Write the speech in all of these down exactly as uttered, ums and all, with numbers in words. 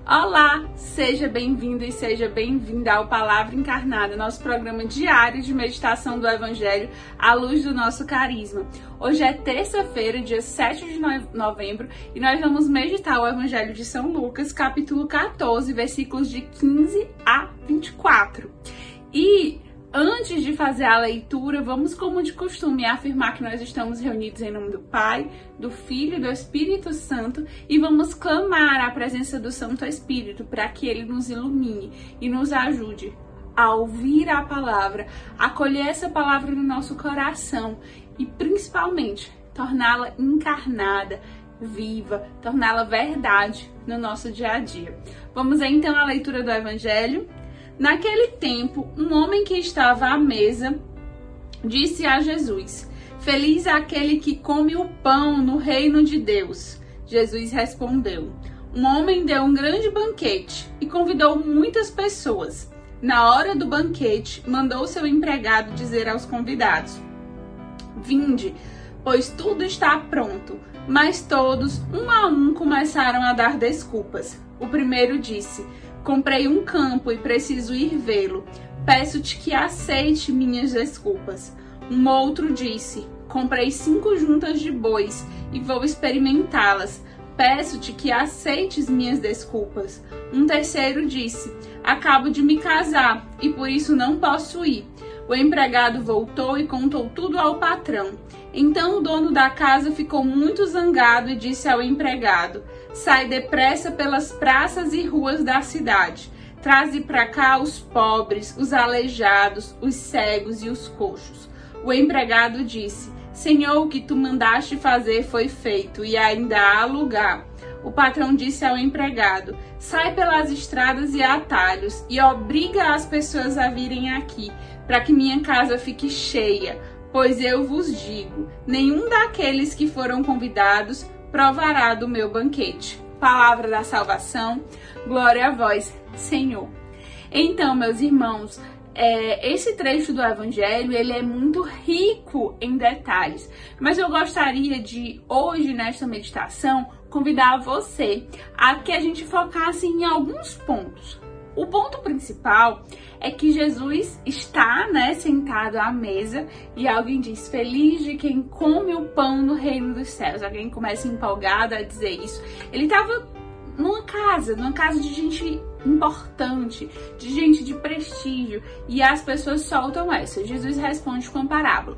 Olá, seja bem-vindo e seja bem-vinda ao Palavra Encarnada, nosso programa diário de meditação do Evangelho à luz do nosso carisma. Hoje é terça-feira, dia sete de novembro, e nós vamos meditar o Evangelho de São Lucas, capítulo quatorze, versículos de quinze a vinte e quatro. E antes de fazer a leitura, vamos, como de costume, afirmar que nós estamos reunidos em nome do Pai, do Filho e do Espírito Santo e vamos clamar a presença do Santo Espírito para que ele nos ilumine e nos ajude a ouvir a palavra, acolher essa palavra no nosso coração e, principalmente, torná-la encarnada, viva, torná-la verdade no nosso dia a dia. Vamos aí, então, à leitura do Evangelho. Naquele tempo, um homem que estava à mesa disse a Jesus: "Feliz aquele que come o pão no reino de Deus." Jesus respondeu: "Um homem deu um grande banquete e convidou muitas pessoas. Na hora do banquete, mandou seu empregado dizer aos convidados: 'Vinde, pois tudo está pronto.' Mas todos, um a um, começaram a dar desculpas. O primeiro disse: 'Comprei um campo e preciso ir vê-lo. Peço-te que aceite minhas desculpas.' Um outro disse: 'Comprei cinco juntas de bois e vou experimentá-las. Peço-te que aceites minhas desculpas.' Um terceiro disse: 'Acabo de me casar e por isso não posso ir.' O empregado voltou e contou tudo ao patrão. Então o dono da casa ficou muito zangado e disse ao empregado: 'Sai depressa pelas praças e ruas da cidade. Traze para cá os pobres, os aleijados, os cegos e os coxos.' O empregado disse: 'Senhor, o que tu mandaste fazer foi feito e ainda há lugar.' O patrão disse ao empregado: 'Sai pelas estradas e atalhos e obriga as pessoas a virem aqui, para que minha casa fique cheia. Pois eu vos digo, nenhum daqueles que foram convidados provará do meu banquete.'" Palavra da salvação, glória a vós, Senhor. Então, meus irmãos, é, esse trecho do Evangelho, ele é muito rico em detalhes, mas eu gostaria de, hoje, nesta meditação, convidar você a que a gente focasse em alguns pontos. O ponto principal é que Jesus está, né, sentado à mesa e alguém diz: "Feliz de quem come o pão no reino dos céus." Alguém começa empolgado a dizer isso. Ele estava numa casa, numa casa de gente importante, de gente de prestígio, e as pessoas soltam essa. Jesus responde com a parábola.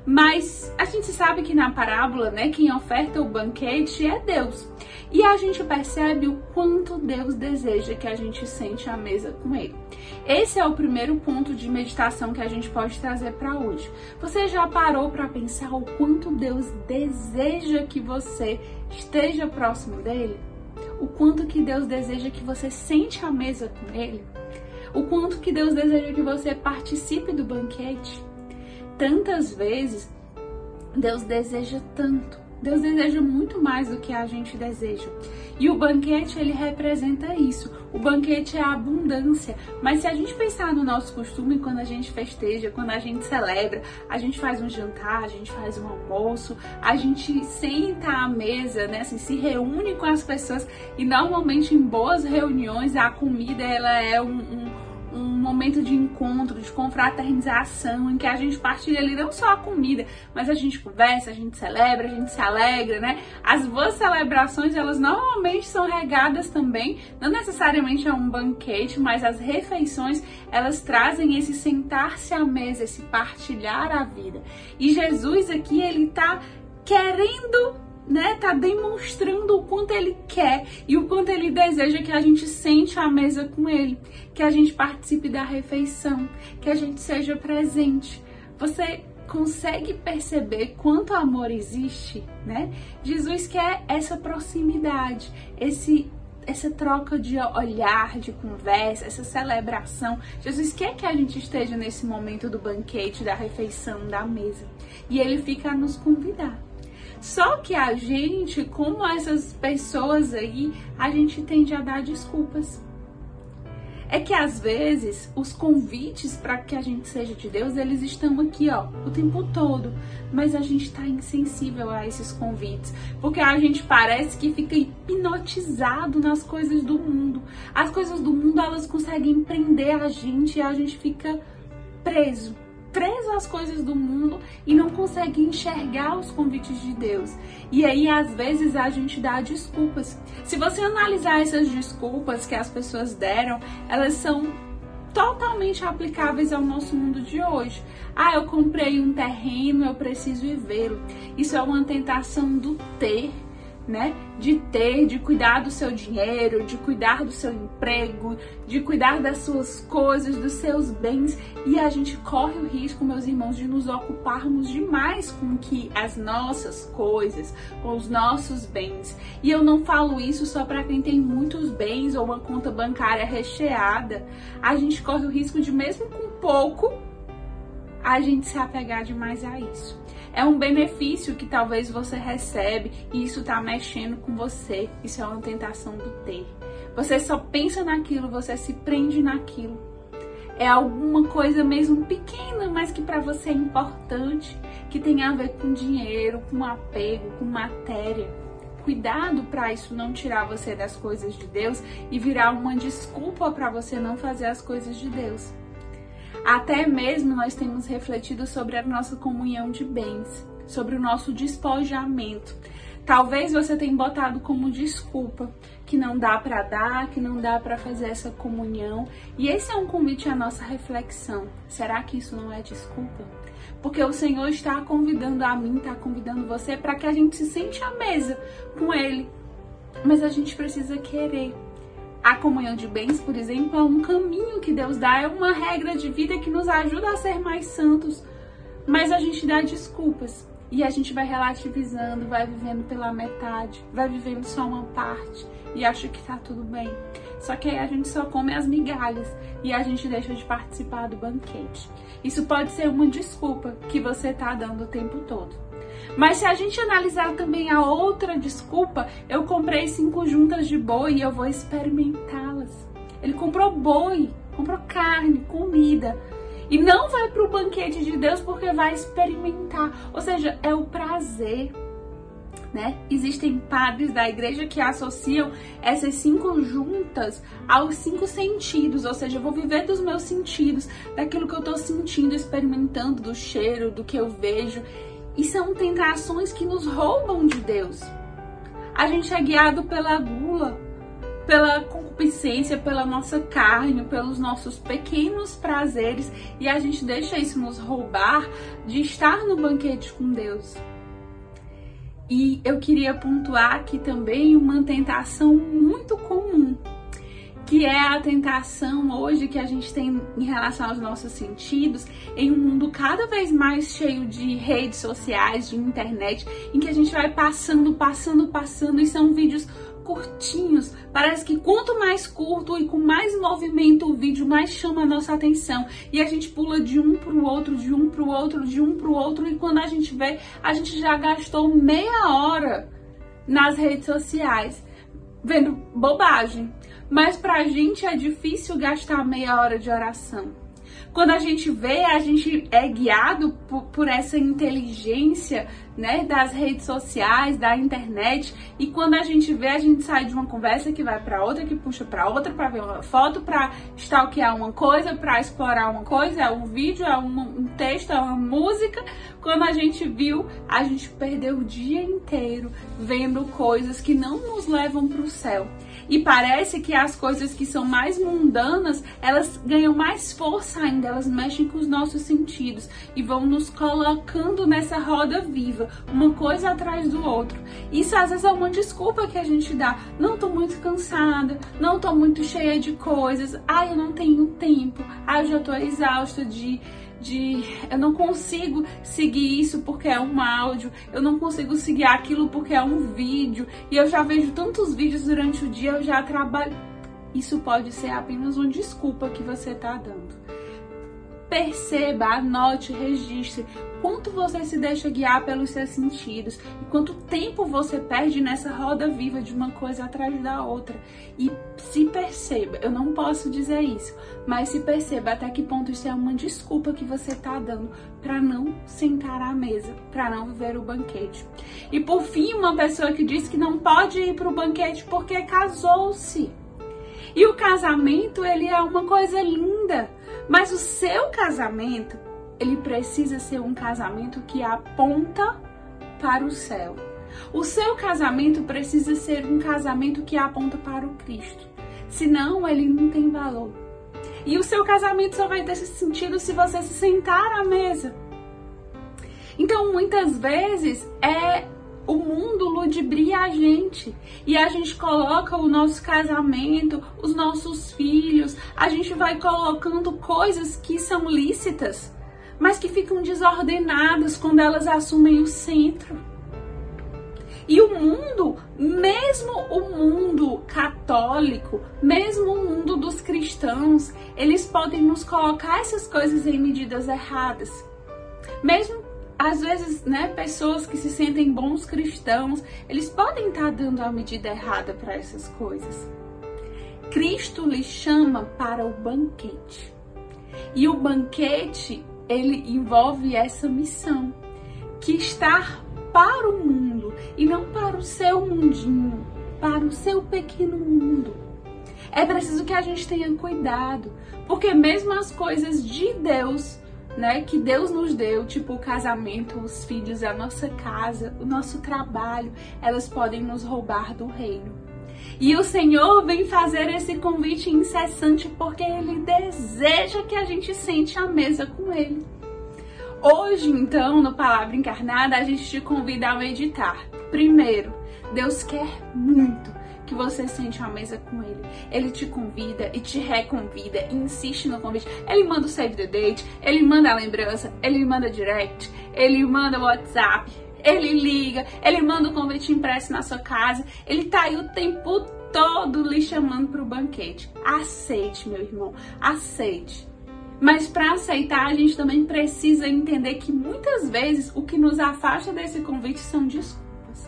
Mas a gente sabe que na parábola, né, quem oferta o banquete é Deus. E a gente percebe o quanto Deus deseja que a gente sente à mesa com Ele. Esse é o primeiro ponto de meditação que a gente pode trazer para hoje. Você já parou para pensar o quanto Deus deseja que você esteja próximo dele? O quanto que Deus deseja que você sente à mesa com Ele? O quanto que Deus deseja que você participe do banquete? Tantas vezes, Deus deseja tanto. Deus deseja muito mais do que a gente deseja. E o banquete, ele representa isso. O banquete é a abundância. Mas se a gente pensar no nosso costume, quando a gente festeja, quando a gente celebra, a gente faz um jantar, a gente faz um almoço, a gente senta à mesa, né, assim, se reúne com as pessoas, e normalmente em boas reuniões a comida, ela é um, um um momento de encontro, de confraternização, em que a gente partilha ali não só a comida, mas a gente conversa, a gente celebra, a gente se alegra, né? As boas celebrações, elas normalmente são regadas também, não necessariamente a um banquete, mas as refeições, elas trazem esse sentar-se à mesa, esse partilhar a vida. E Jesus aqui, ele tá querendo, né, tá demonstrando o quanto ele quer e o quanto ele deseja que a gente sente à mesa com ele, que a gente participe da refeição, que a gente seja presente. Você consegue perceber quanto amor existe, né? Jesus quer essa proximidade, esse essa troca de olhar, de conversa, essa celebração. Jesus quer que a gente esteja nesse momento do banquete, da refeição, da mesa. E ele fica a nos convidar. Só que a gente, como essas pessoas aí, a gente tende a dar desculpas. É que às vezes os convites para que a gente seja de Deus, eles estão aqui, ó, o tempo todo. Mas a gente está insensível a esses convites, porque a gente parece que fica hipnotizado nas coisas do mundo. As coisas do mundo, elas conseguem prender a gente e a gente fica preso. preso às coisas do mundo e não consegue enxergar os convites de Deus. E aí, às vezes, a gente dá desculpas. Se você analisar essas desculpas que as pessoas deram, elas são totalmente aplicáveis ao nosso mundo de hoje. Ah, eu comprei um terreno, eu preciso vivê-lo. Isso é uma tentação do ter, né? De ter, de cuidar do seu dinheiro, de cuidar do seu emprego, de cuidar das suas coisas, dos seus bens. E a gente corre o risco, meus irmãos, de nos ocuparmos demais com que as nossas coisas, com os nossos bens. E eu não falo isso só para quem tem muitos bens ou uma conta bancária recheada. A gente corre o risco de, mesmo com pouco, a gente se apegar demais a isso. É um benefício que talvez você recebe e isso tá mexendo com você. Isso é uma tentação do ter. Você só pensa naquilo, você se prende naquilo. É alguma coisa mesmo pequena, mas que para você é importante, que tem a ver com dinheiro, com apego, com matéria. Cuidado para isso não tirar você das coisas de Deus e virar uma desculpa para você não fazer as coisas de Deus. Até mesmo nós temos refletido sobre a nossa comunhão de bens, sobre o nosso despojamento. Talvez você tenha botado como desculpa que não dá para dar, que não dá para fazer essa comunhão. E esse é um convite à nossa reflexão. Será que isso não é desculpa? Porque o Senhor está convidando a mim, está convidando você para que a gente se sente à mesa com Ele. Mas a gente precisa querer. A comunhão de bens, por exemplo, é um caminho que Deus dá, é uma regra de vida que nos ajuda a ser mais santos. Mas a gente dá desculpas e a gente vai relativizando, vai vivendo pela metade, vai vivendo só uma parte e acha que tá tudo bem. Só que aí a gente só come as migalhas e a gente deixa de participar do banquete. Isso pode ser uma desculpa que você tá dando o tempo todo. Mas se a gente analisar também a outra desculpa, eu comprei cinco juntas de boi e eu vou experimentá-las. Ele comprou boi, comprou carne, comida. E não vai para o banquete de Deus porque vai experimentar. Ou seja, é o prazer, né? Existem padres da igreja que associam essas cinco juntas aos cinco sentidos. Ou seja, eu vou viver dos meus sentidos, daquilo que eu estou sentindo, experimentando, do cheiro, do que eu vejo. E são tentações que nos roubam de Deus. A gente é guiado pela gula, pela concupiscência, pela nossa carne, pelos nossos pequenos prazeres, e a gente deixa isso nos roubar de estar no banquete com Deus. E eu queria pontuar aqui também uma tentação muito comum, que é a tentação hoje que a gente tem em relação aos nossos sentidos, em um mundo cada vez mais cheio de redes sociais, de internet, em que a gente vai passando, passando, passando, e são vídeos curtinhos. Parece que quanto mais curto e com mais movimento o vídeo, mais chama a nossa atenção. E a gente pula de um pro outro, de um pro outro, de um pro outro, e quando a gente vê, a gente já gastou meia hora nas redes sociais vendo bobagem. Mas pra gente é difícil gastar meia hora de oração. Quando a gente vê, a gente é guiado por, por essa inteligência, né, das redes sociais, da internet, e quando a gente vê, a gente sai de uma conversa que vai para outra, que puxa para outra, para ver uma foto, para stalkear uma coisa, para explorar uma coisa, é um vídeo, é um, um texto, é uma música. Quando a gente viu, a gente perdeu o dia inteiro vendo coisas que não nos levam para o céu. E parece que as coisas que são mais mundanas, elas ganham mais força ainda, elas mexem com os nossos sentidos e vão nos colocando nessa roda viva, uma coisa atrás do outro. Isso às vezes é uma desculpa que a gente dá. Não tô muito cansada, não tô muito cheia de coisas, ai, eu não tenho tempo, ai, eu já tô exausta de... de eu não consigo seguir isso porque é um áudio, eu não consigo seguir aquilo porque é um vídeo, e eu já vejo tantos vídeos durante o dia, eu já trabalho. Isso pode ser apenas uma desculpa que você tá dando. perceba, anote, registre quanto você se deixa guiar pelos seus sentidos e quanto tempo você perde nessa roda viva de uma coisa atrás da outra. E se perceba, eu não posso dizer isso, mas se perceba até que ponto isso é uma desculpa que você está dando para não sentar à mesa, para não viver o banquete. E por fim, uma pessoa que diz que não pode ir para o banquete porque casou-se. E o casamento, ele é uma coisa linda, mas o seu casamento, ele precisa ser um casamento que aponta para o céu. O seu casamento precisa ser um casamento que aponta para o Cristo. Senão, ele não tem valor. E o seu casamento só vai ter esse sentido se você se sentar à mesa. Então, muitas vezes, é... o mundo ludibria a gente e a gente coloca o nosso casamento, os nossos filhos, a gente vai colocando coisas que são lícitas, mas que ficam desordenadas quando elas assumem o centro. E o mundo, mesmo o mundo católico, mesmo o mundo dos cristãos, eles podem nos colocar essas coisas em medidas erradas. Mesmo às vezes, né, pessoas que se sentem bons cristãos, eles podem estar dando a medida errada para essas coisas. Cristo lhe chama para o banquete. E o banquete, ele envolve essa missão, que estar para o mundo e não para o seu mundinho, para o seu pequeno mundo. É preciso que a gente tenha cuidado, porque mesmo as coisas de Deus, né, que Deus nos deu, tipo o casamento, os filhos, a nossa casa, o nosso trabalho, elas podem nos roubar do reino. E o Senhor vem fazer esse convite incessante porque Ele deseja que a gente sente à mesa com Ele. Hoje, então, no Palavra Encarnada, a gente te convida a meditar. Primeiro, Deus quer muito que você sente à mesa com Ele. Ele te convida e te reconvida e insiste no convite. Ele manda o save the date, Ele manda a lembrança, Ele manda direct, Ele manda o WhatsApp, Ele liga, Ele manda o convite impresso na sua casa. Ele tá aí o tempo todo lhe chamando para o banquete. Aceite, meu irmão, aceite. Mas para aceitar, a gente também precisa entender que muitas vezes o que nos afasta desse convite são desculpas.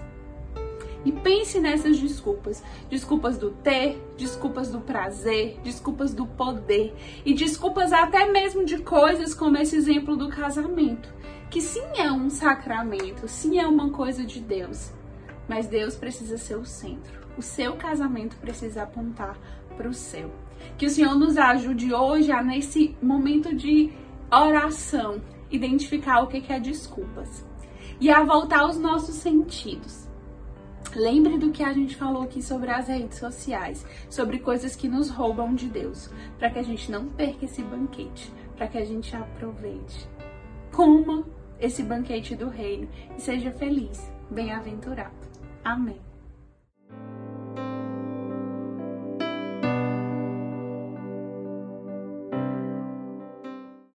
E pense nessas desculpas. Desculpas do ter, desculpas do prazer, desculpas do poder. E desculpas até mesmo de coisas como esse exemplo do casamento. Que sim é um sacramento, sim é uma coisa de Deus. Mas Deus precisa ser o centro. O seu casamento precisa apontar para o céu. Que o Senhor nos ajude hoje a, nesse momento de oração, identificar o que é desculpas. E a voltar aos nossos sentidos. Lembre do que a gente falou aqui sobre as redes sociais, sobre coisas que nos roubam de Deus, para que a gente não perca esse banquete, para que a gente aproveite. Coma esse banquete do reino e seja feliz, bem-aventurado. Amém.